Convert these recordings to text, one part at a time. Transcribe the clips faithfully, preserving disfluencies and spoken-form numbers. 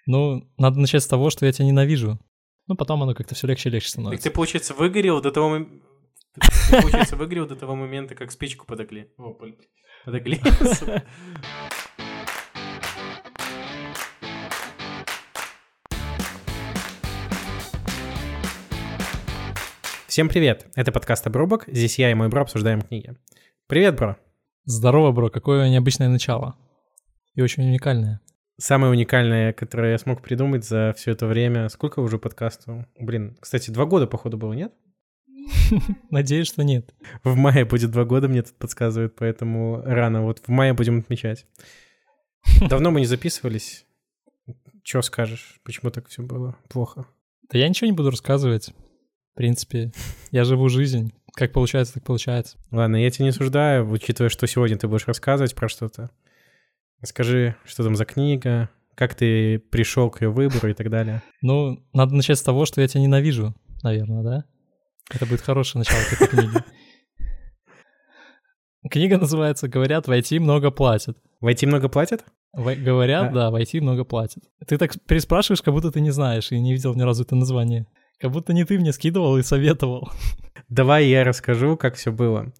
Ну, надо начать с того, что я тебя ненавижу. Ну, потом оно как-то все легче и легче становится. Так ты, получается, выгорел до того момента... Ты, получается, выгорел до того момента, как спичку подогли. О, подогли. Всем привет! Это подкаст «Обрубок». Здесь я и мой бро обсуждаем книги. Привет, бро! Здорово, бро. Какое необычное начало. И очень уникальное. Самое уникальное, которое я смог придумать за все это время. Сколько уже подкасту? Блин, кстати, два года, походу, было, нет? Надеюсь, что нет. В мае будет два года, мне тут подсказывают, поэтому рано. Вот в мае будем отмечать. Давно мы не записывались. Чё скажешь? Почему так все было плохо? Да я ничего не буду рассказывать. В принципе, я живу жизнь. Как получается, так получается. Ладно, я тебя не осуждаю, учитывая, что сегодня ты будешь рассказывать про что-то. Расскажи, что там за книга, как ты пришел к ее выбору и так далее. Ну, надо начать с того, что я тебя ненавижу, наверное, да? Это будет хорошее начало к этой книге. Книга называется «Говорят, в ай ти много платят». В ай ти много платят? В... Говорят, а? Да, в ай ти много платят. Ты так переспрашиваешь, как будто ты не знаешь и не видел ни разу это название. Как будто не ты мне скидывал и советовал. Давай я расскажу, как все было.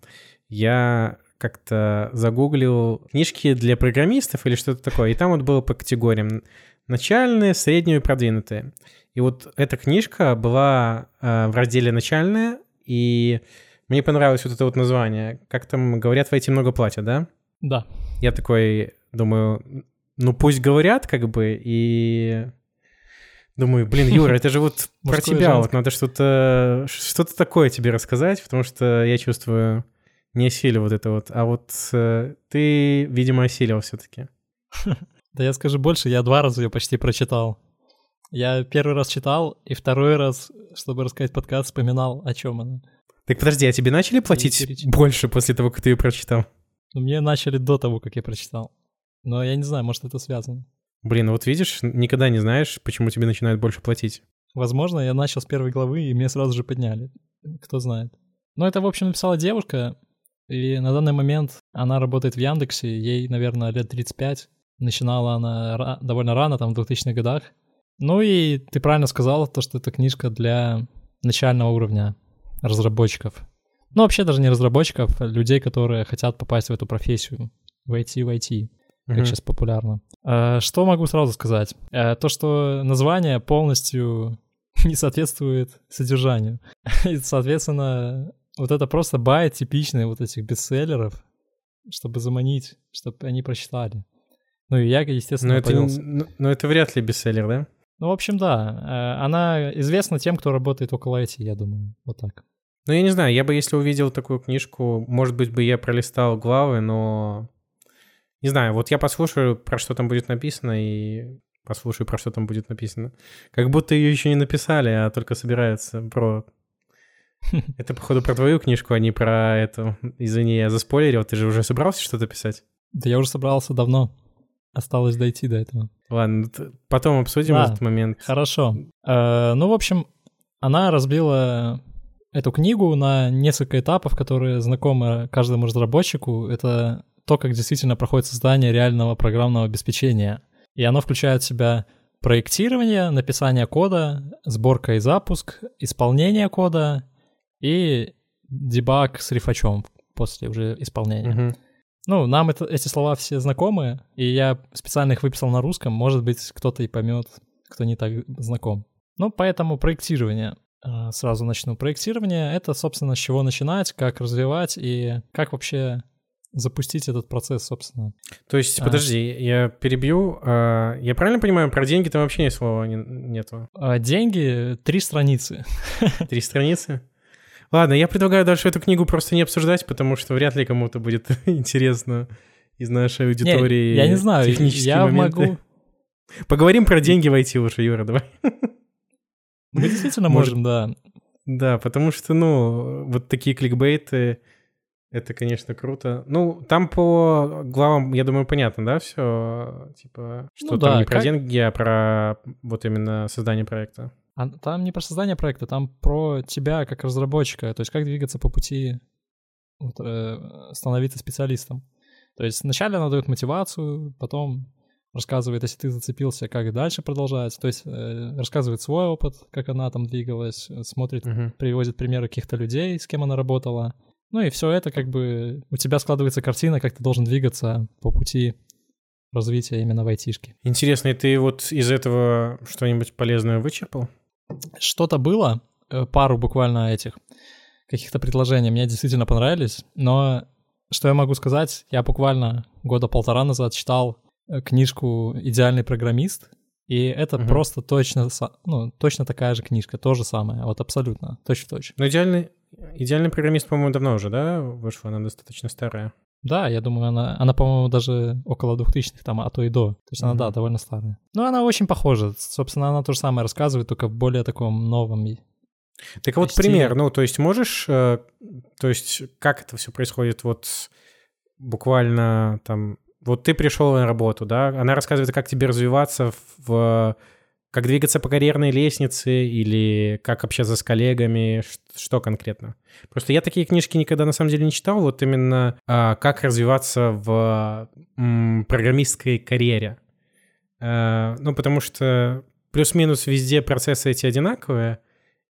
Я как-то загуглил книжки для программистов или что-то такое, и там вот было по категориям: начальные, средние и продвинутые. И вот эта книжка была э, в разделе «Начальная», и мне понравилось вот это вот название. Как там говорят, в ай ти много платят, да? Да. Я такой думаю, ну пусть говорят, как бы, и... Думаю, блин, Юра, это же вот про тебя, вот надо что-то что-то такое тебе рассказать, потому что я чувствую, не осилил вот это вот, а вот э, ты, видимо, осилил все-таки. Да я скажу больше, я два раза ее почти прочитал. Я первый раз читал, и второй раз, чтобы рассказать подкаст, вспоминал, о чем она. Так подожди, а тебе начали платить больше после того, как ты ее прочитал? Ну, мне начали до того, как я прочитал. Но я не знаю, может, это связано. Блин, вот видишь, никогда не знаешь, почему тебе начинают больше платить. Возможно, я начал с первой главы, и мне сразу же подняли. Кто знает. Но это, в общем, написала девушка, и на данный момент она работает в Яндексе, ей, наверное, лет тридцать пять. Начинала она ра- довольно рано, там, в двухтысячных годах. Ну и ты правильно сказал, то, что это книжка для начального уровня разработчиков. Ну, вообще даже не разработчиков, а людей, которые хотят попасть в эту профессию. В ай ти, в ай ти. Как uh-huh. сейчас популярно. А, что могу сразу сказать? А, то, что название полностью не соответствует содержанию. И, соответственно, вот это просто байт типичный вот этих бестселлеров, чтобы заманить, чтобы они прочитали. Ну и я, естественно, но это, но, но это вряд ли бестселлер, да? Ну, в общем, да. Она известна тем, кто работает около ай ти, я думаю. Вот так. Ну, я не знаю, я бы, если увидел такую книжку, может быть, бы я пролистал главы, но... Не знаю, вот я послушаю, про что там будет написано, и послушаю, про что там будет написано. Как будто ее еще не написали, а только собираются про... Это, походу, про твою книжку, а не про эту. Извини, я заспойлерил, ты же уже собрался что-то писать? Да я уже собрался давно. Осталось дойти до этого. Ладно, потом обсудим да, этот момент. Хорошо. Э, ну, в общем, она разбила эту книгу на несколько этапов, которые знакомы каждому разработчику. Это... то, как действительно проходит создание реального программного обеспечения. И оно включает в себя проектирование, написание кода, сборка и запуск, исполнение кода и дебаг с рефачом после уже исполнения. Uh-huh. Ну, нам это, эти слова все знакомы, и я специально их выписал на русском. Может быть, кто-то и поймет, кто не так знаком. Ну, поэтому проектирование. Сразу начну. Проектирование — это, собственно, с чего начинать, как развивать и как вообще... запустить этот процесс, собственно. То есть, подожди, а, я перебью. А, я правильно понимаю, про деньги там вообще ни слова не, нету? А, деньги — три страницы. Три страницы? Ладно, я предлагаю дальше эту книгу просто не обсуждать, потому что вряд ли кому-то будет интересно из нашей аудитории. Не, я не знаю, технические я моменты. могу... Поговорим про деньги в ай ти лучше, Юра, давай. Мы действительно можем, да. Да, потому что, ну, вот такие кликбейты... Это, конечно, круто. Ну, там по главам, я думаю, понятно, да, все? Типа, что ну, там да, не про как... деньги, а про вот именно создание проекта. А там не про создание проекта, там про тебя как разработчика, то есть как двигаться по пути вот, э, становиться специалистом. То есть вначале она дает мотивацию, потом рассказывает, если ты зацепился, как дальше продолжается. То есть э, рассказывает свой опыт, как она там двигалась, смотрит, uh-huh. приводит примеры каких-то людей, с кем она работала. Ну и все это как бы у тебя складывается картина, как ты должен двигаться по пути развития именно в айтишке. Интересно, и ты вот из этого что-нибудь полезное вычерпал? Что-то было, пару буквально этих каких-то предложений мне действительно понравились, но что я могу сказать, я буквально года полтора назад читал книжку «Идеальный программист», и это угу. просто точно, ну, точно такая же книжка, то же самое, вот абсолютно, точь-в-точь. Но идеальный, идеальный программист, по-моему, давно уже, да, вышла, она достаточно старая. Да, я думаю, она, она, по-моему, даже около двухтысячных, там, а то и до. То есть она, mm-hmm. да, довольно старая. Но она очень похожа. Собственно, она то же самое рассказывает, только в более таком новом. Так вот стиле. Пример, ну, то есть можешь, э, то есть как это все происходит вот буквально там, вот ты пришел на работу, да, она рассказывает, как тебе развиваться в... Как двигаться по карьерной лестнице или как общаться с коллегами, что конкретно? Просто я такие книжки никогда на самом деле не читал, вот именно а, как развиваться в м, программистской карьере. А, ну, потому что плюс-минус везде процессы эти одинаковые,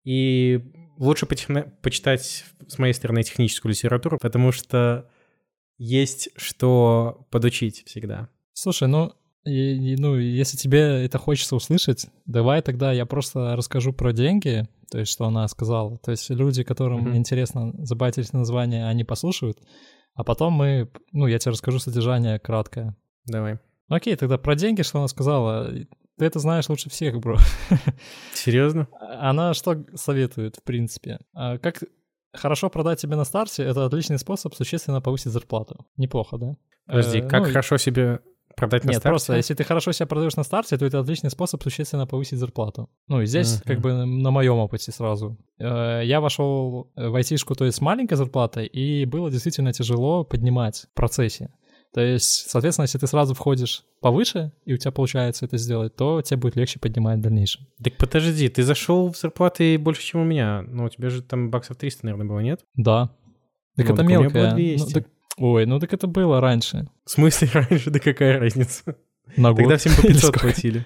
и лучше потехна- почитать с моей стороны техническую литературу, потому что есть что подучить всегда. Слушай, ну... И, и, ну, если тебе это хочется услышать, давай тогда я просто расскажу про деньги, то есть что она сказала. То есть люди, которым mm-hmm. интересно забайтить название, они послушают, а потом мы, ну, я тебе расскажу содержание краткое. Давай. Окей, тогда про деньги, что она сказала. Ты это знаешь лучше всех, бро. Серьезно? Она что советует, в принципе? Как хорошо продать тебе на старте — это отличный способ существенно повысить зарплату. Неплохо, да? Подожди, как ну, хорошо себе... Продать на Нет, старте? просто если ты хорошо себя продаешь на старте, то это отличный способ существенно повысить зарплату. Ну и здесь uh-huh. как бы на моем опыте сразу. Я вошел в айтишку, то есть с маленькой зарплатой, и было действительно тяжело поднимать в процессе. То есть, соответственно, если ты сразу входишь повыше, и у тебя получается это сделать, то тебе будет легче поднимать в дальнейшем. Так подожди, ты зашел в зарплаты больше, чем у меня. Ну, у тебя же там баксов триста, наверное, было, нет? Да. Так ну, это так мелкая. У меня было двести. Ну, так... Ой, ну так это было раньше. В смысле раньше? Да какая разница? На год. Тогда всем по пятьсот платили.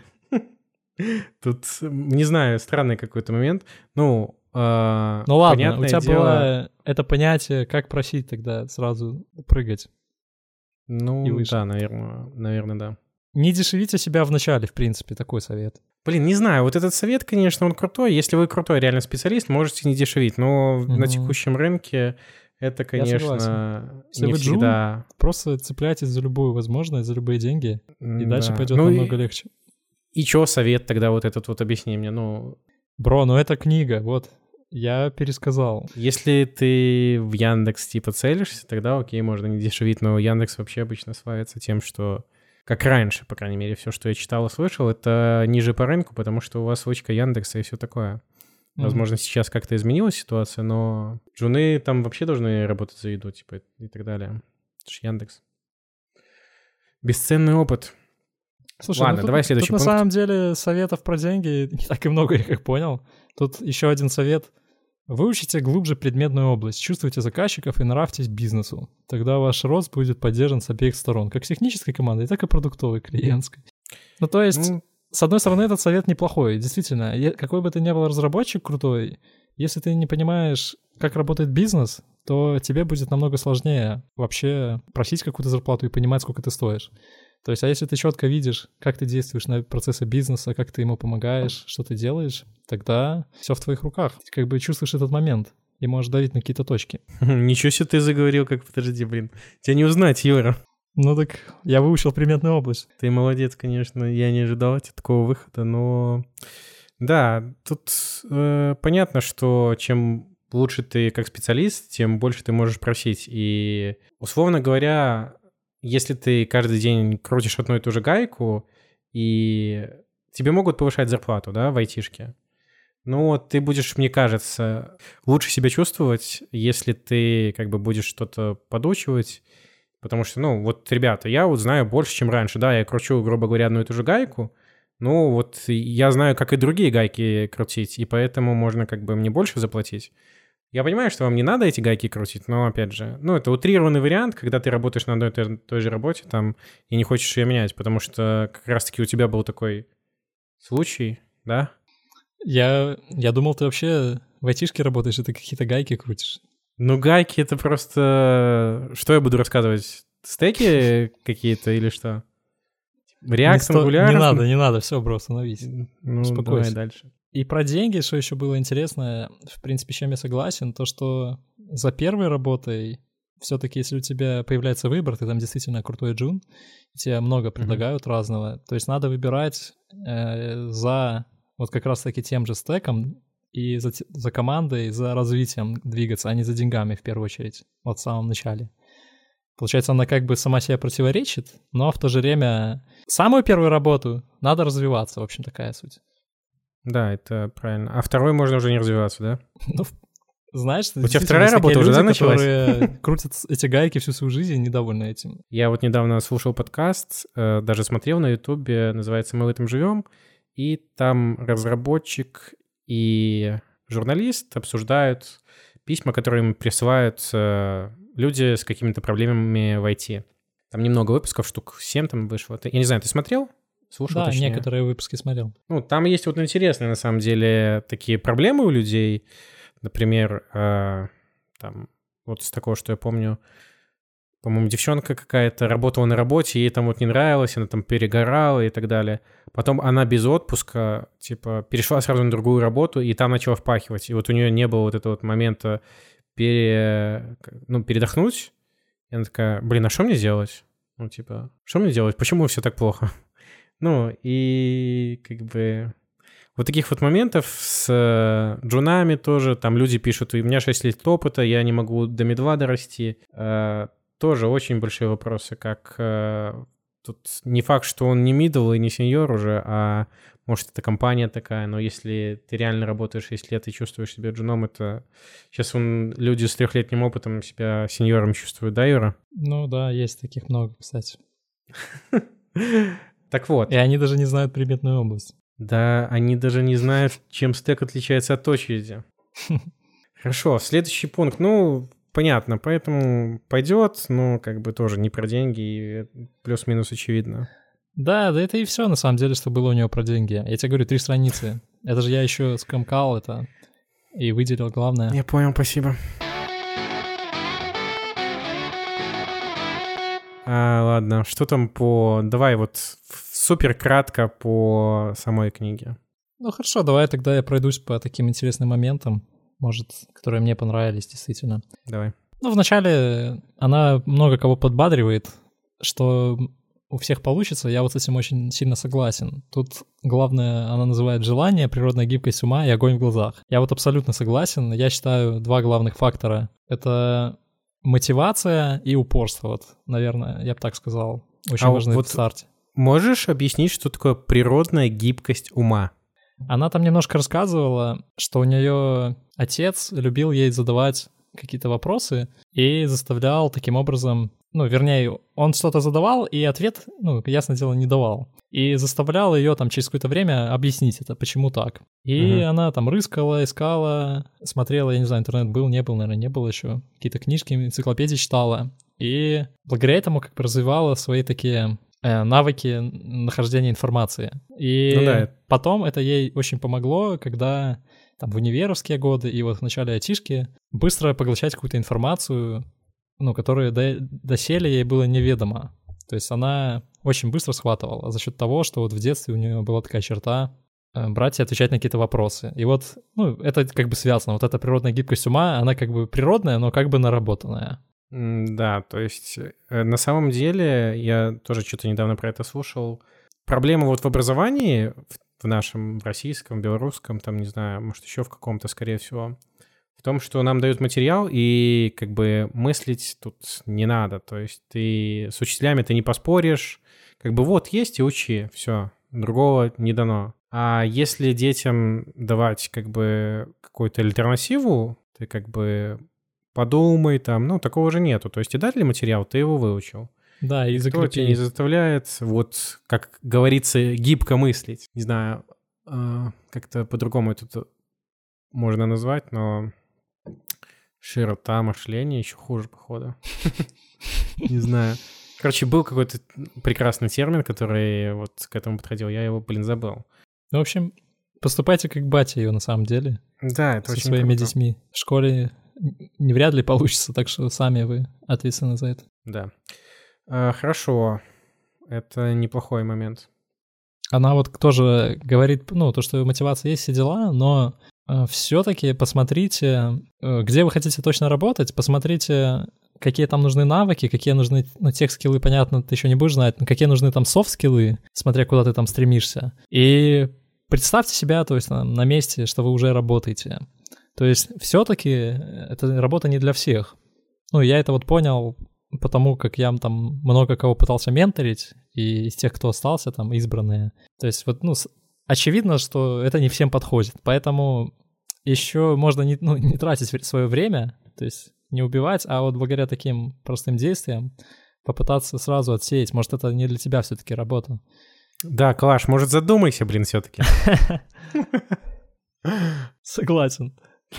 Тут, не знаю, странный какой-то момент. Ну, э, ну ладно, у тебя дело... было это понятие, как просить тогда сразу прыгать. Ну, да, наверное, наверное, да. Не дешевите себя в начале, в принципе, такой совет. Блин, не знаю, вот этот совет, конечно, он крутой. Если вы крутой реально специалист, можете не дешевить. Но угу. на текущем рынке... Это, конечно, Если не вы всегда... джун, просто цепляйтесь за любую возможность, за любые деньги, и да. дальше пойдет ну намного и... легче. И чё совет тогда вот этот вот, объясни мне, ну... Бро, ну это книга, вот, я пересказал. Если ты в Яндекс типа целишься, тогда окей, можно не дешевить, но Яндекс вообще обычно славится тем, что... Как раньше, по крайней мере, все, что я читал и слышал, это ниже по рынку, потому что у вас свычка Яндекса и все такое. Возможно, mm-hmm. сейчас как-то изменилась ситуация, но джуны там вообще должны работать за еду, типа, и так далее. Это ж Яндекс. Бесценный опыт. Слушай, ладно, ну тут, давай следующий тут пункт. на самом деле советов про деньги не так и много, я как понял. Тут еще один совет. Выучите глубже предметную область, чувствуйте заказчиков и нравьтесь бизнесу. Тогда ваш рост будет поддержан с обеих сторон, как с технической командой, так и продуктовой, клиентской. Ну, то есть... Ну... С одной стороны, этот совет неплохой, действительно. Какой бы ты ни был разработчик крутой, если ты не понимаешь, как работает бизнес, то тебе будет намного сложнее вообще просить какую-то зарплату и понимать, сколько ты стоишь. То есть, а если ты четко видишь, как ты действуешь на процессе бизнеса, как ты ему помогаешь, что ты делаешь, тогда все в твоих руках. Ты как бы чувствуешь этот момент и можешь давить на какие-то точки. Ничего себе ты заговорил, как подожди, блин. Тебя не узнать, Юра. Ну так я выучил предметную область. Ты молодец, конечно, я не ожидал от тебя такого выхода, но... Да, тут э, понятно, что чем лучше ты как специалист, тем больше ты можешь просить. И, условно говоря, если ты каждый день крутишь одну и ту же гайку, и тебе могут повышать зарплату, да, в айтишке, ну вот ты будешь, мне кажется, лучше себя чувствовать, если ты как бы будешь что-то подучивать. Потому что, ну, вот, ребята, я вот знаю больше, чем раньше. Да, я кручу, грубо говоря, одну и ту же гайку, ну, вот я знаю, как и другие гайки крутить, и поэтому можно как бы мне больше заплатить. Я понимаю, что вам не надо эти гайки крутить, но, опять же, ну, это утрированный вариант, когда ты работаешь на одной и той, той же работе там и не хочешь ее менять, потому что как раз-таки у тебя был такой случай, да? Я, я думал, ты вообще в айтишке работаешь, и ты какие-то гайки крутишь. Ну, гайки — это просто... Что я буду рассказывать? Стеки какие-то или что? React, не, сто... Angular? не надо, не надо, все, бро, остановись. Ну, успокойся. давай дальше. И про деньги, что еще было интересно, в принципе, с чем я согласен, то, что за первой работой все-таки, если у тебя появляется выбор, ты там действительно крутой джун, тебе много предлагают mm-hmm. разного, то есть надо выбирать э, за вот как раз-таки тем же стеком и за, за командой, за развитием двигаться, а не за деньгами в первую очередь, вот в самом начале. Получается, она как бы сама себе противоречит, но в то же время самую первую работу надо развиваться, в общем, такая суть. Да, это правильно. А второй можно уже не развиваться, да? Ну, знаешь, у тебя вторая работа уже, люди, да, началась? Которые крутят эти гайки всю свою жизнь и недовольны этим. Я вот недавно слушал подкаст, даже смотрел на Ютубе, называется «Мы в этом живем», и там разработчик и журналист обсуждают письма, которые им присылают люди с какими-то проблемами в ай ти. Там немного выпусков, штук семь там вышло. Я не знаю, ты смотрел? Слушал, да, точнее. Некоторые выпуски смотрел. Ну, там есть вот интересные, на самом деле, такие проблемы у людей. Например, э, там, вот из такого, что я помню, по-моему, девчонка какая-то работала на работе, ей там вот не нравилось, она там перегорала и так далее. Потом она без отпуска, типа, перешла сразу на другую работу, и там начала впахивать. И вот у нее не было вот этого вот момента пере... ну, передохнуть. И она такая, блин, а что мне делать? Ну, типа, что мне делать? Почему все так плохо? Ну, и как бы вот таких вот моментов с джунами тоже, там люди пишут, у меня шесть лет опыта, я не могу до мидла дорасти. Э, тоже очень большие вопросы, как э, тут не факт, что он не мидл и не сеньор уже, а может, это компания такая, но если ты реально работаешь шесть лет и чувствуешь себя джуном, это... Сейчас он, люди с трехлетним опытом себя сеньором чувствуют, да, Юра? Ну да, есть таких много, кстати. Так вот. И они даже не знают предметную область. Да, они даже не знают, чем стек отличается от очереди. Хорошо, следующий пункт. Ну, понятно, поэтому пойдет, но как бы тоже не про деньги, и плюс-минус очевидно. Да, да это и все, на самом деле, что было у него про деньги. Я тебе говорю, три страницы. Это же я еще скомкал это и выделил главное. Я понял, спасибо. А, ладно, что там по... Давай вот супер кратко по самой книге. Ну хорошо, давай тогда я пройдусь по таким интересным моментам, может, которые мне понравились действительно. Давай. Ну, вначале она много кого подбадривает, что у всех получится, я вот с этим очень сильно согласен. Тут главное, она называет желание, природная гибкость ума и огонь в глазах. Я вот абсолютно согласен. Я считаю, два главных фактора — это мотивация и упорство, вот, наверное, я бы так сказал. Очень а важны вот в старте. Можешь объяснить, что такое природная гибкость ума? Она там немножко рассказывала, что у нее отец любил ей задавать какие-то вопросы и заставлял таким образом, ну, вернее, он что-то задавал, и ответ, ну, ясное дело, не давал. И заставлял ее там через какое-то время объяснить это, почему так. И угу. она там рыскала, искала, смотрела, я не знаю, интернет был, не был, наверное, не был еще. Какие-то книжки, энциклопедии читала. И благодаря этому как бы развивала свои такие э, навыки нахождения информации. И ну, да. потом это ей очень помогло, когда там в универовские годы и вот в начале айтишки быстро поглощать какую-то информацию, ну, которая до, доселе ей было неведомо. То есть она очень быстро схватывала за счет того, что вот в детстве у нее была такая черта э, брать и отвечать на какие-то вопросы. И вот, ну, это как бы связано. Вот эта природная гибкость ума, она как бы природная, но как бы наработанная. Да, то есть э, на самом деле, я тоже что-то недавно про это слушал, проблема вот в образовании, в, в нашем, в российском, белорусском, там, не знаю, может, еще в каком-то, скорее всего, в том, что нам дают материал, и как бы мыслить тут не надо. То есть ты с учителями ты не поспоришь. Как бы вот есть и учи, все, другого не дано. А если детям давать как бы какую-то альтернативу, ты как бы подумай там, ну, такого же нету. То есть тебе дали материал, ты его выучил. Да, и закрепи. Никто тебя не заставляет, вот, как говорится, гибко мыслить. Не знаю, как-то по-другому это можно назвать, но... Широта мышления еще хуже, походу. Не знаю. Короче, был какой-то прекрасный термин, который вот к этому подходил. Я его, блин, забыл. В общем, поступайте как батя ее на самом деле. Да, это со очень своими круто. детьми. В школе не вряд ли получится, так что сами вы ответственны за это. Да. А, хорошо. Это неплохой момент. Она вот тоже говорит, ну, то, что мотивация есть, все дела, но э, все-таки посмотрите, э, где вы хотите точно работать, посмотрите, какие там нужны навыки, какие нужны, ну, тех-скиллы, понятно, ты еще не будешь знать, но какие нужны там софт-скиллы, смотря куда ты там стремишься. И представьте себя, то есть на, на месте, что вы уже работаете. То есть все-таки эта работа не для всех. Ну, я это вот понял, потому как я там много кого пытался менторить, и из тех, кто остался, там, избранные. То есть вот, ну, очевидно, что это не всем подходит. Поэтому еще можно не, ну, не тратить свое время, то есть не убивать, а вот благодаря таким простым действиям попытаться сразу отсеять. Может, это не для тебя все-таки работа. Да, Клаш, может, задумайся, блин, все-таки. Согласен.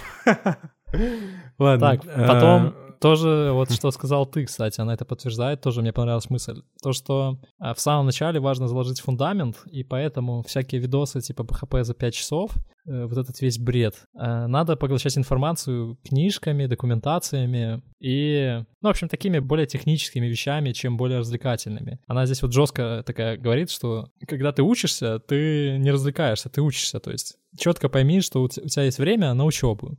Ладно. Так, потом тоже вот что сказал ты, кстати, она это подтверждает, тоже мне понравилась мысль. То, что в самом начале важно заложить фундамент, и поэтому всякие видосы типа пэ хэ пэ за пять часов, вот этот весь бред, надо поглощать информацию книжками, документациями и, ну, в общем, такими более техническими вещами, чем более развлекательными. Она здесь вот жестко такая говорит, что когда ты учишься, ты не развлекаешься, ты учишься, то есть четко пойми, что у тебя есть время на учебу.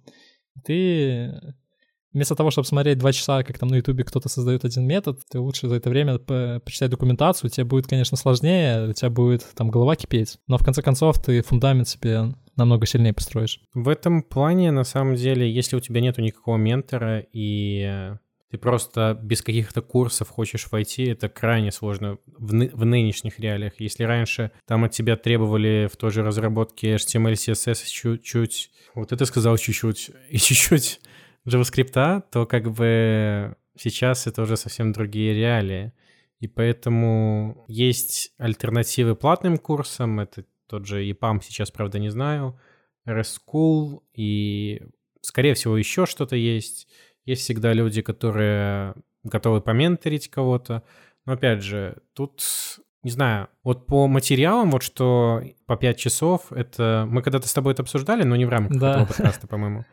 Ты вместо того, чтобы смотреть два часа, как там на Ютубе кто-то создает один метод, ты лучше за это время по- почитай документацию, тебе будет, конечно, сложнее, у тебя будет там голова кипеть, но в конце концов ты фундамент себе намного сильнее построишь. В этом плане, на самом деле, если у тебя нету никакого ментора, и ты просто без каких-то курсов хочешь войти, это крайне сложно в, ны- в нынешних реалиях. Если раньше там от тебя требовали в той же разработке эйч ти эм эль, си эс эс чуть-чуть, вот это сказал чуть-чуть, и чуть-чуть JavaScript, то как бы сейчас это уже совсем другие реалии. И поэтому есть альтернативы платным курсам, это тот же и пам сейчас, правда, не знаю, эр эс School, и, скорее всего, еще что-то есть. Есть всегда люди, которые готовы поменторить кого-то. Но, опять же, тут, не знаю, вот по материалам, вот что по пять часов, это... Мы когда-то с тобой это обсуждали, но не в рамках Да. этого подкаста, по-моему.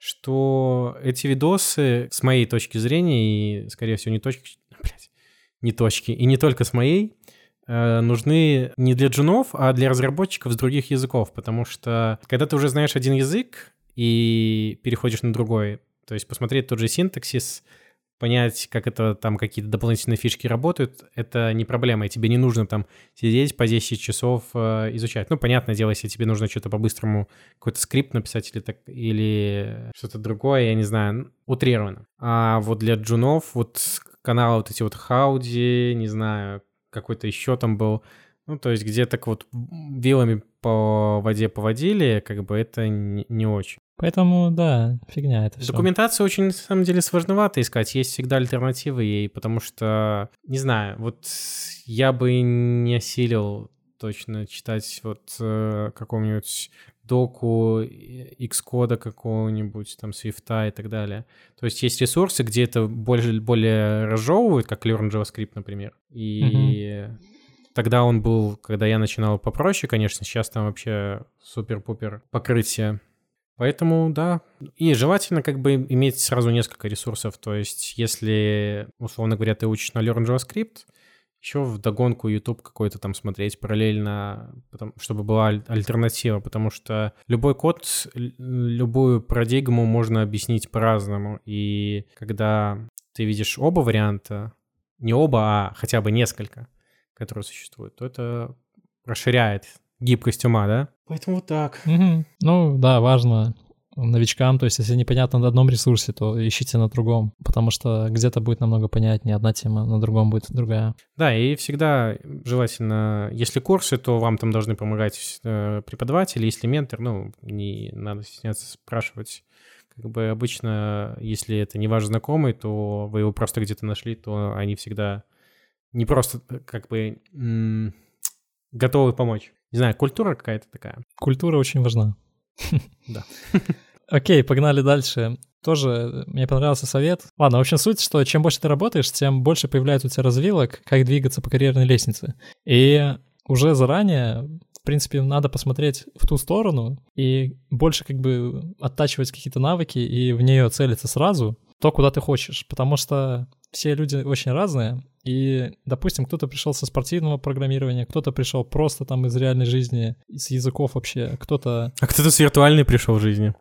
Что эти видосы, с моей точки зрения, и, скорее всего, не точки... Блядь, не точки, и не только с моей, нужны не для джунов, а для разработчиков с других языков, потому что когда ты уже знаешь один язык и переходишь на другой, то есть посмотреть тот же синтаксис, понять, как это там какие-то дополнительные фишки работают, это не проблема, и тебе не нужно там сидеть по десять часов э, изучать. Ну, понятное дело, если тебе нужно что-то по-быстрому, какой-то скрипт написать или, так, или что-то другое, я не знаю, утрированно. А вот для джунов вот каналы вот эти вот Хауди, не знаю, какой-то еще там был, ну, то есть где так вот вилами по воде поводили, как бы это не, не очень. Поэтому, да, фигня это все. Документацию очень, на самом деле, сложновато искать. Есть всегда альтернативы ей, потому что, не знаю, вот я бы не осилил точно читать вот э, какого-нибудь доку, Xcode какого-нибудь, там, Swift и так далее. То есть есть ресурсы, где это более, более разжевывают, как Learn JavaScript, например. И mm-hmm. тогда он был, когда я начинал, попроще, конечно. Сейчас там вообще супер-пупер покрытие. Поэтому, да. И желательно как бы иметь сразу несколько ресурсов. То есть если, условно говоря, ты учишь на Learn JavaScript, еще вдогонку YouTube какой-то там смотреть параллельно, чтобы была альтернатива, потому что любой код, любую парадигму можно объяснить по-разному. И когда ты видишь оба варианта, не оба, а хотя бы несколько, которые существуют, то это расширяет гибкость ума, да? Поэтому вот так. Угу. Ну, да, важно новичкам, то есть если непонятно на одном ресурсе, то ищите на другом, потому что где-то будет намного понятнее одна тема, на другом будет другая. Да, и всегда желательно, если курсы, то вам там должны помогать э, преподаватели, если ментор, ну, не надо стесняться спрашивать. Как бы обычно, если это не ваш знакомый, то вы его просто где-то нашли, то они всегда не просто как бы м- готовы помочь. Не знаю, культура какая-то такая. Культура очень важна. Да. Окей, погнали дальше. Тоже мне понравился совет. Ладно, в общем, суть, что чем больше ты работаешь, тем больше появляется у тебя развилок, как двигаться по карьерной лестнице. И уже заранее, в принципе, надо посмотреть в ту сторону и больше как бы оттачивать какие-то навыки и в нее целиться сразу, то, куда ты хочешь. Потому что все люди очень разные, и, допустим, кто-то пришел со спортивного программирования, кто-то пришел просто там из реальной жизни, из языков вообще, кто-то... А кто-то с виртуальной пришел в жизни.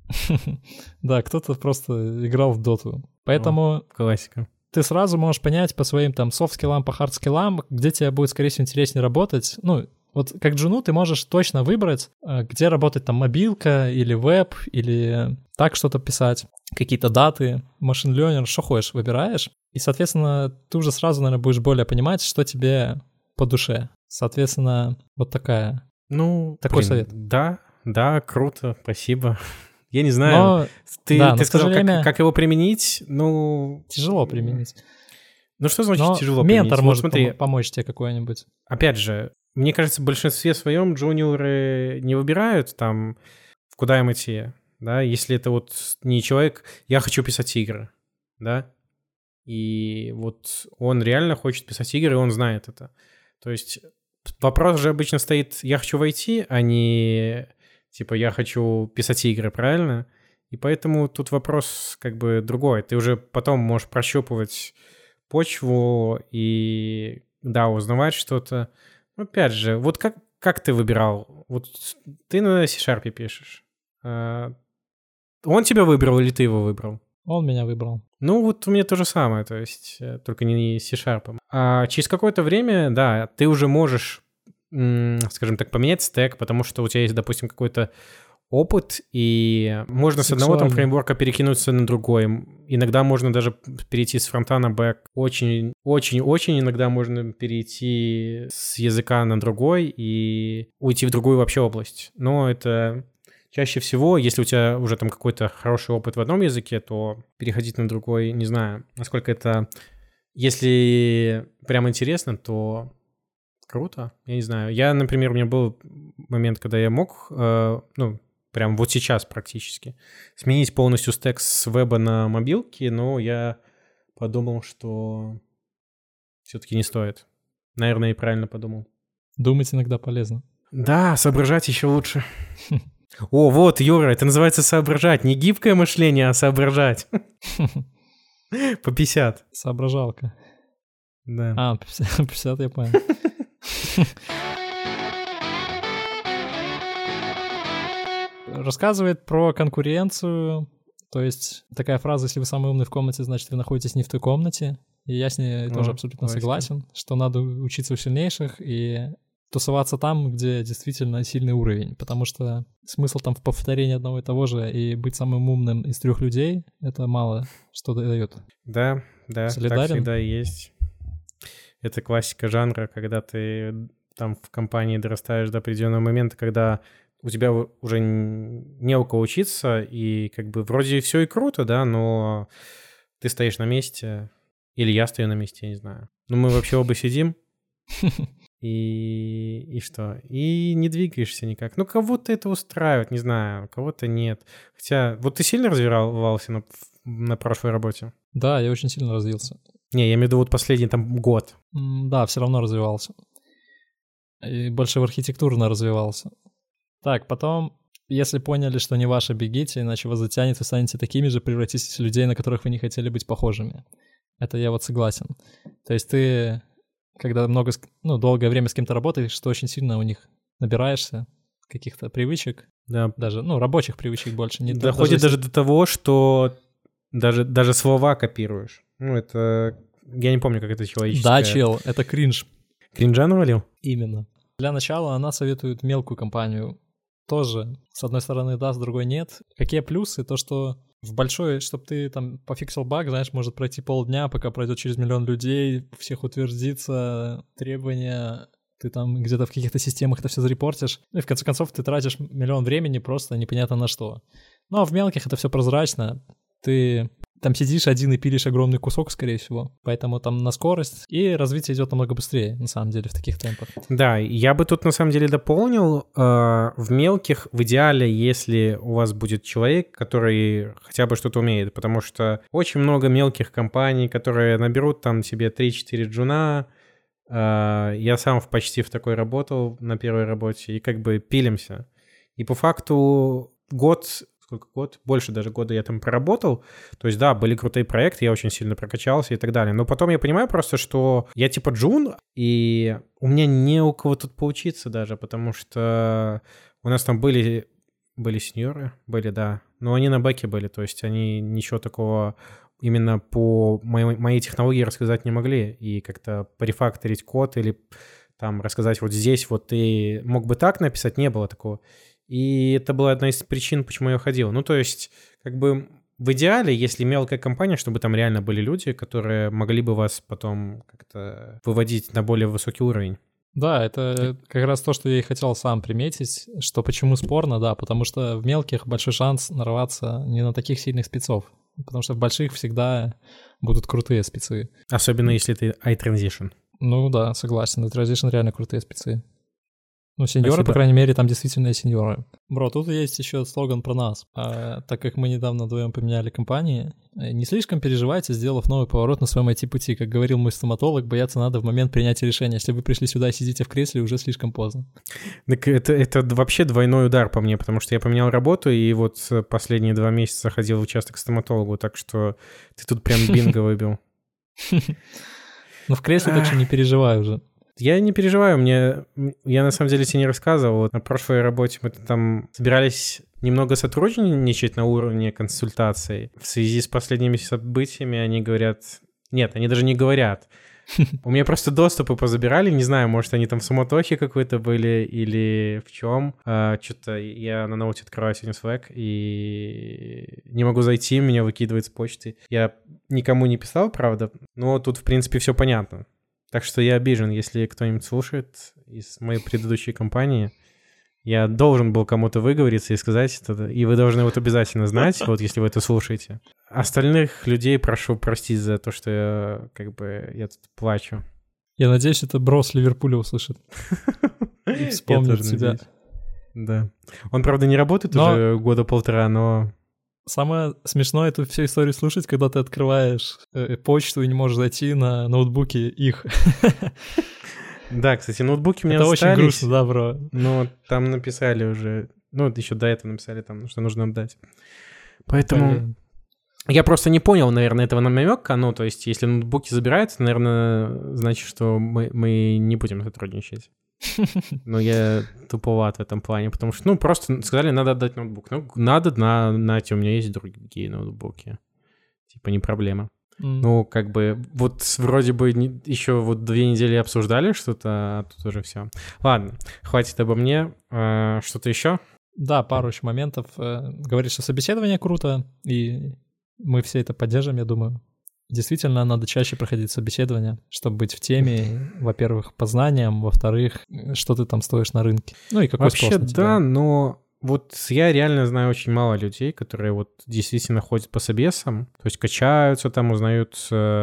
Да, кто-то просто играл в доту. Поэтому... Классика. Ты сразу можешь понять по своим там софт-скиллам, по хард-скиллам, где тебе будет, скорее всего, интереснее работать. Ну, вот как джуну ты можешь точно выбрать, где работать там мобилка или веб, или так что-то писать, какие-то даты, машин learning, что хочешь, выбираешь. И, соответственно, ты уже сразу, наверное, будешь более понимать, что тебе по душе. Соответственно, вот такая... Ну, такой блин, совет. Да, да, круто, спасибо. Я не знаю, но, ты, да, ты сказал, сожалению, как, как его применить, ну... Тяжело применить. Ну что значит но тяжело ментор применить? Ментор может вот смотри, пом- помочь тебе какой-нибудь. Опять же, мне кажется, в большинстве своем джуниоры не выбирают там, куда им идти, да, если это вот не человек, я хочу писать игры, да, и вот он реально хочет писать игры, и он знает это. То есть вопрос же обычно стоит, я хочу войти, а не... Типа, я хочу писать игры, правильно? И поэтому тут вопрос как бы другой. Ты уже потом можешь прощупывать почву и, да, узнавать что-то. Но опять же, вот как, как ты выбирал? Вот ты на C-Sharp пишешь. Он тебя выбрал или ты его выбрал? Он меня выбрал. Ну, вот у меня то же самое, то есть только не C-Sharp. А через какое-то время, да, ты уже можешь... скажем так, поменять стек, потому что у тебя есть, допустим, какой-то опыт, и можно с одного там фреймворка перекинуться на другой. Иногда можно даже перейти с фронта на бэк. Очень, очень, очень иногда можно перейти с языка на другой и уйти в другую вообще область. Но это чаще всего, если у тебя уже там какой-то хороший опыт в одном языке, то переходить на другой, не знаю, насколько это... Если прям интересно, то... Круто, я не знаю. Я, например, у меня был момент, когда я мог, э, ну, прям вот сейчас практически, сменить полностью стек с веба на мобилки, но я подумал, что все-таки не стоит. Наверное, и правильно подумал. Думать иногда полезно. Да, соображать еще лучше. О, вот, Юра, это называется соображать. Не гибкое мышление, а соображать. По пятьдесят. Соображалка. Да. А, пятьдесят я понял. Рассказывает про конкуренцию, то есть такая фраза, если вы самый умный в комнате, значит, вы находитесь не в той комнате, и я с ней О, тоже абсолютно классика. Согласен, что надо учиться у сильнейших и тусоваться там, где действительно сильный уровень, потому что смысл там в повторении одного и того же, и быть самым умным из трех людей, это мало что дает. Да, да, Солидарен? Так всегда и есть. Это классика жанра, когда ты там в компании дорастаешь до определенного момента, когда у тебя уже не у кого учиться, и как бы вроде все и круто, да, но ты стоишь на месте, или я стою на месте, я не знаю. Ну, мы вообще оба сидим, и, и что? И не двигаешься никак. Ну, кого-то это устраивает, не знаю, кого-то нет. Хотя, вот ты сильно развивался на, на прошлой работе? Да, я очень сильно развился. Не, я имею в виду вот последний там год. Да, все равно развивался. И больше в архитектурно развивался. Так, потом, если поняли, что не ваше, бегите, иначе вас затянет, вы станете такими же, превратитесь в людей, на которых вы не хотели быть похожими. Это я вот согласен. То есть ты, когда много, ну, долгое время с кем-то работаешь, что очень сильно у них набираешься каких-то привычек. Да. Даже, ну, рабочих привычек больше. Не Доходит даже, даже до того, что даже, даже слова копируешь. Ну, это... Я не помню, как это человеческое. Да, чел, это кринж. Кринжа навалил? Именно. Для начала она советует мелкую компанию. Тоже, с одной стороны, да, с другой нет. Какие плюсы? То, что в большой, чтобы ты там пофиксил баг, знаешь, может пройти полдня, пока пройдет через миллион людей, всех утвердится требования, ты там где-то в каких-то системах это все зарепортишь. Ну и в конце концов ты тратишь миллион времени просто непонятно на что. Ну а в мелких это все прозрачно. Ты там сидишь один и пилишь огромный кусок, скорее всего. Поэтому там на скорость, и развитие идет намного быстрее, на самом деле, в таких темпах. Да, я бы тут на самом деле дополнил, э, в мелких в идеале, если у вас будет человек, который хотя бы что-то умеет, потому что очень много мелких компаний, которые наберут там себе три-четыре джуна. э, я сам в почти в такой работал на первой работе, и как бы пилимся. И по факту год... сколько год, больше даже года я там проработал. То есть, да, были крутые проекты, я очень сильно прокачался и так далее. Но потом я понимаю просто, что я типа джун, и у меня не у кого тут поучиться даже, потому что у нас там были, были сеньоры, были, да, но они на бэке были, то есть они ничего такого именно по моей, моей технологии рассказать не могли, и как-то порефакторить код или там рассказать вот здесь вот ты мог бы так написать, не было такого. И это была одна из причин, почему я уходил. Ну, то есть, как бы в идеале, если мелкая компания, чтобы там реально были люди, которые могли бы вас потом как-то выводить на более высокий уровень. Да, это как раз то, что я и хотел сам приметить, что почему спорно, да, потому что в мелких большой шанс нарваться не на таких сильных спецов, потому что в больших всегда будут крутые спецы. Особенно если ты iTransition. Ну да, согласен, iTransition реально крутые спецы. Ну, сеньоры, Спасибо. по крайней мере, там действительно сеньоры. Бро, тут есть еще слоган про нас. А, так как мы недавно вдвоем поменяли компании, не слишком переживайте, сделав новый поворот на своем ай ти-пути. Как говорил мой стоматолог, бояться надо в момент принятия решения. Если вы пришли сюда и сидите в кресле, уже слишком поздно. Так это, это вообще двойной удар по мне, потому что я поменял работу, и вот последние два месяца ходил в участок к стоматологу, так что ты тут прям бинго выбил. Ну, в кресле так что не переживай уже. Я не переживаю, мне... Я на самом деле тебе не рассказывал. Вот на прошлой работе мы там собирались немного сотрудничать на уровне консультаций. В связи с последними событиями они говорят... Нет, они даже не говорят. У меня просто доступы позабирали, не знаю, может, они там в суматохе какой-то были или в чем. А, что-то я на ноуте открываю сегодня Slack и не могу зайти, меня выкидывает с почты. Я никому не писал, правда, но тут, в принципе, все понятно. Так что я обижен, если кто-нибудь слушает из моей предыдущей компании. Я должен был кому-то выговориться и сказать это, и вы должны вот обязательно знать, вот если вы это слушаете. Остальных людей прошу простить за то, что я как бы я тут плачу. Я надеюсь, это бро с Ливерпуля услышит. И вспомнит тебя. Да. Он, правда, не работает но... уже года полтора, но... Самое смешное эту всю историю слушать, когда ты открываешь э, почту и не можешь зайти на ноутбуке их. Да, кстати, ноутбуки у меня это остались. Это очень грустно, да, бро. Но там написали уже... Ну, еще до этого написали там, что нужно отдать. Поэтому... Блин. Я просто не понял, наверное, этого намека. Ну, то есть, если ноутбуки забираются, наверное, значит, что мы, мы не будем сотрудничать. Но я туповат в этом плане, потому что, ну, просто сказали, надо отдать ноутбук. Ну, надо, на, нате, у меня есть другие ноутбуки. Типа, не проблема. Mm. Ну, как бы, вот вроде бы не, еще вот две недели обсуждали что-то, а тут уже все. Ладно, хватит обо мне. А, что-то еще? Да, пару еще моментов. Говоришь, что собеседование круто, и мы все это поддержим, я думаю. Действительно, надо чаще проходить собеседование, чтобы быть в теме, во-первых, по знаниям, во-вторых, что ты там стоишь на рынке. Ну и какой Вообще, спрос на тебя. Да, но вот я реально знаю очень мало людей, которые вот действительно ходят по собесам, то есть качаются там, узнают.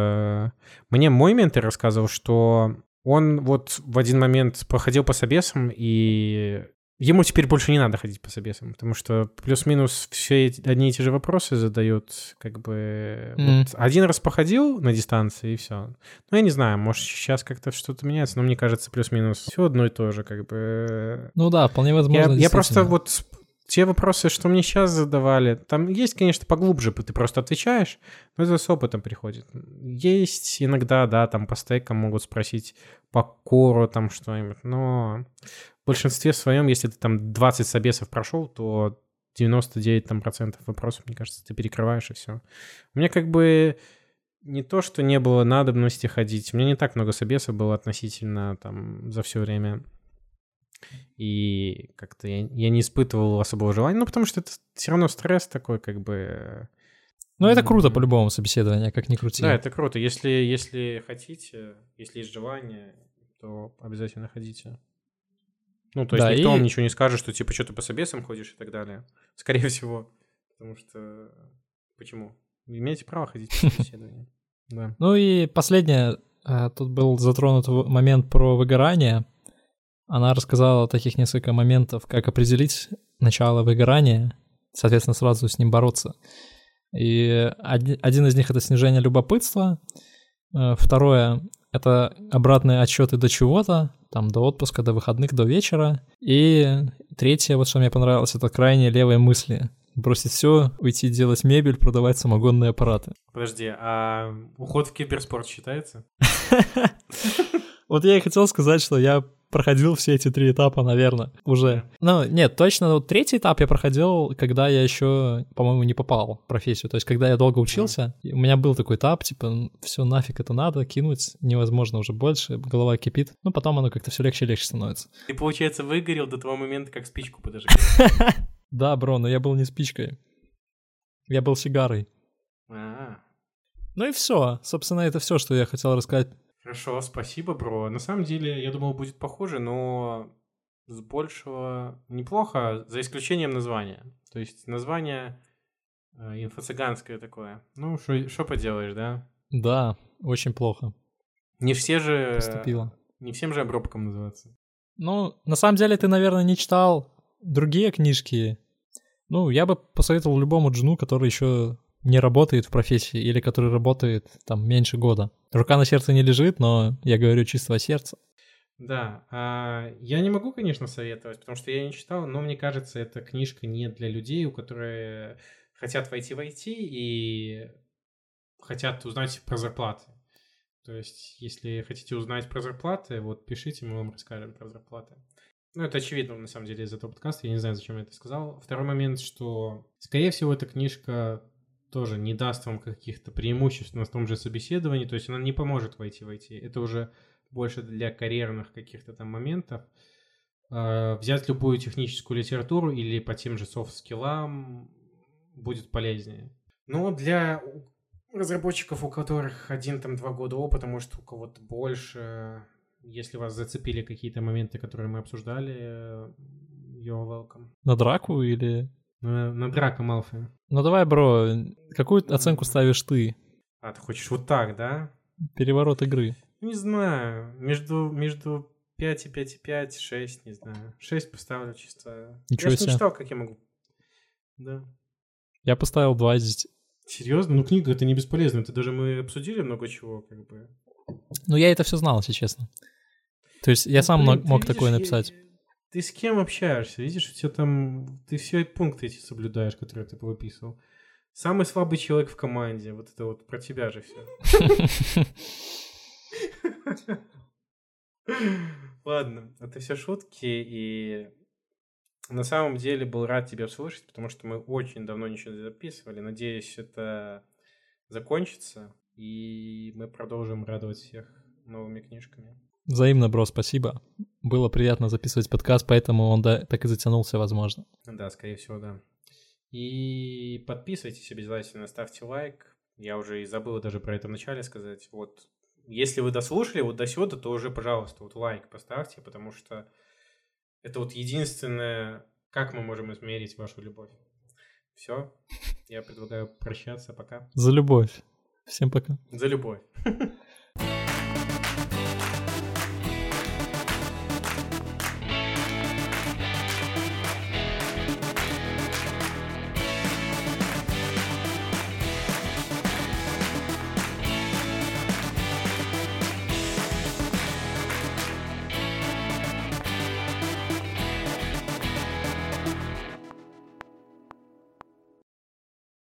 Мне мой ментор рассказывал, что он вот в один момент походил по собесам, и ему теперь больше не надо ходить по собесам, потому что плюс-минус все одни и те же вопросы задают, как бы... Mm. Вот один раз походил на дистанции, и все. Ну, я не знаю, может, сейчас как-то что-то меняется, но мне кажется, плюс-минус все одно и то же, как бы... Ну да, вполне возможно, Я, я просто вот... Те вопросы, что мне сейчас задавали, там есть, конечно, поглубже, ты просто отвечаешь, но это с опытом приходит. Есть иногда, да, там по стейкам могут спросить по кору там что-нибудь, но в большинстве своем, если ты там двадцать собесов прошел, то девяносто девять там, процентов вопросов, мне кажется, ты перекрываешь, и все. У меня как бы не то, что не было надобности ходить, у меня не так много собесов было относительно там за все время. И как-то я, я не испытывал особого желания, ну, потому что это все равно стресс такой, как бы... Ну, это круто по-любому собеседование, как ни крути. Да, это круто. Если, если хотите, если есть желание, то обязательно ходите. Ну, то есть да, никто и... вам ничего не скажет, что типа что ты по собесам ходишь и так далее. Скорее всего. Потому что... Почему? Имеете право ходить на собеседование. Да. Ну и последнее, тут был затронут момент про выгорание. Она рассказала таких несколько моментов, как определить начало выгорания, соответственно, сразу с ним бороться. И один из них — это снижение любопытства. Второе — это обратные отсчеты до чего-то, там до отпуска, до выходных, до вечера. И третье, вот что мне понравилось, это крайне левые мысли. Бросить все, уйти делать мебель, продавать самогонные аппараты. Подожди, а уход в киберспорт считается? Вот я и хотел сказать, что я проходил все эти три этапа, наверное, уже. Ну, нет, точно, вот третий этап я проходил, когда я еще, по-моему, не попал в профессию. То есть, когда я долго учился, mm. у меня был такой этап, типа, все нафиг это надо, кинуть невозможно уже больше, голова кипит. Ну, потом оно как-то все легче и легче становится. Ты, получается, выгорел до того момента, как спичку подожгал. Да, бро, но я был не спичкой. Я был сигарой. А. Ну и все. Собственно, это все, что я хотел рассказать. Хорошо, спасибо, бро. На самом деле, я думал, будет похоже, но с большего неплохо, за исключением названия. То есть название э, инфо-цыганское такое. Ну, что поделаешь, да? Да, очень плохо. Не все же... Поступило. Не всем же обробком называться. Ну, на самом деле, ты, наверное, не читал другие книжки. Ну, я бы посоветовал любому джуну, который еще не работает в профессии или который работает там меньше года. Рука на сердце не лежит, но я говорю чистого сердца. Да, а я не могу, конечно, советовать, потому что я не читал, но мне кажется, эта книжка не для людей, у которых хотят войти в ай ти и хотят узнать про зарплаты. То есть, если хотите узнать про зарплаты, вот пишите, мы вам расскажем про зарплаты. Ну, это очевидно, на самом деле, из этого подкаста. Я не знаю, зачем я это сказал. Второй момент, что, скорее всего, эта книжка тоже не даст вам каких-то преимуществ на том же собеседовании. То есть она не поможет войти в ай ти. Это уже больше для карьерных каких-то там моментов. Взять любую техническую литературу или по тем же софт-скиллам будет полезнее. Но для разработчиков, у которых один-два года опыта, может, у кого-то больше... Если вас зацепили какие-то моменты, которые мы обсуждали, you're welcome. На драку или... На, на драку Малфоя. Ну давай, бро, какую оценку ставишь ты? А, ты хочешь вот так, да? Переворот игры. Не знаю, между, между пять и пять и пять, шесть, не знаю. шесть поставлю чисто. Ничего я себе. Я не читал, как я могу. Да. Я поставил два из десяти. Серьезно? Ну книга это не бесполезно. Это даже мы обсудили много чего, как бы. Ну я это все знал, если честно. То есть я ну, сам блин, мог такое видишь, написать. Я... Ты с кем общаешься? Видишь, все там... Ты все пункты эти соблюдаешь, которые ты выписывал. Самый слабый человек в команде. Вот это вот про тебя же все. Ладно, это все шутки. И на самом деле был рад тебя услышать, потому что мы очень давно ничего не записывали. Надеюсь, это закончится. И мы продолжим радовать всех новыми книжками. Взаимно, бро, спасибо. Было приятно записывать подкаст, поэтому он да, так и затянулся, возможно. Да, скорее всего, да. И подписывайтесь обязательно, ставьте лайк. Я уже и забыл даже про это в начале сказать. Вот, если вы дослушали вот до сюда, то уже, пожалуйста, вот лайк поставьте, потому что это вот единственное, как мы можем измерить вашу любовь. Все, я предлагаю прощаться, пока. За любовь. Всем пока. За любовь.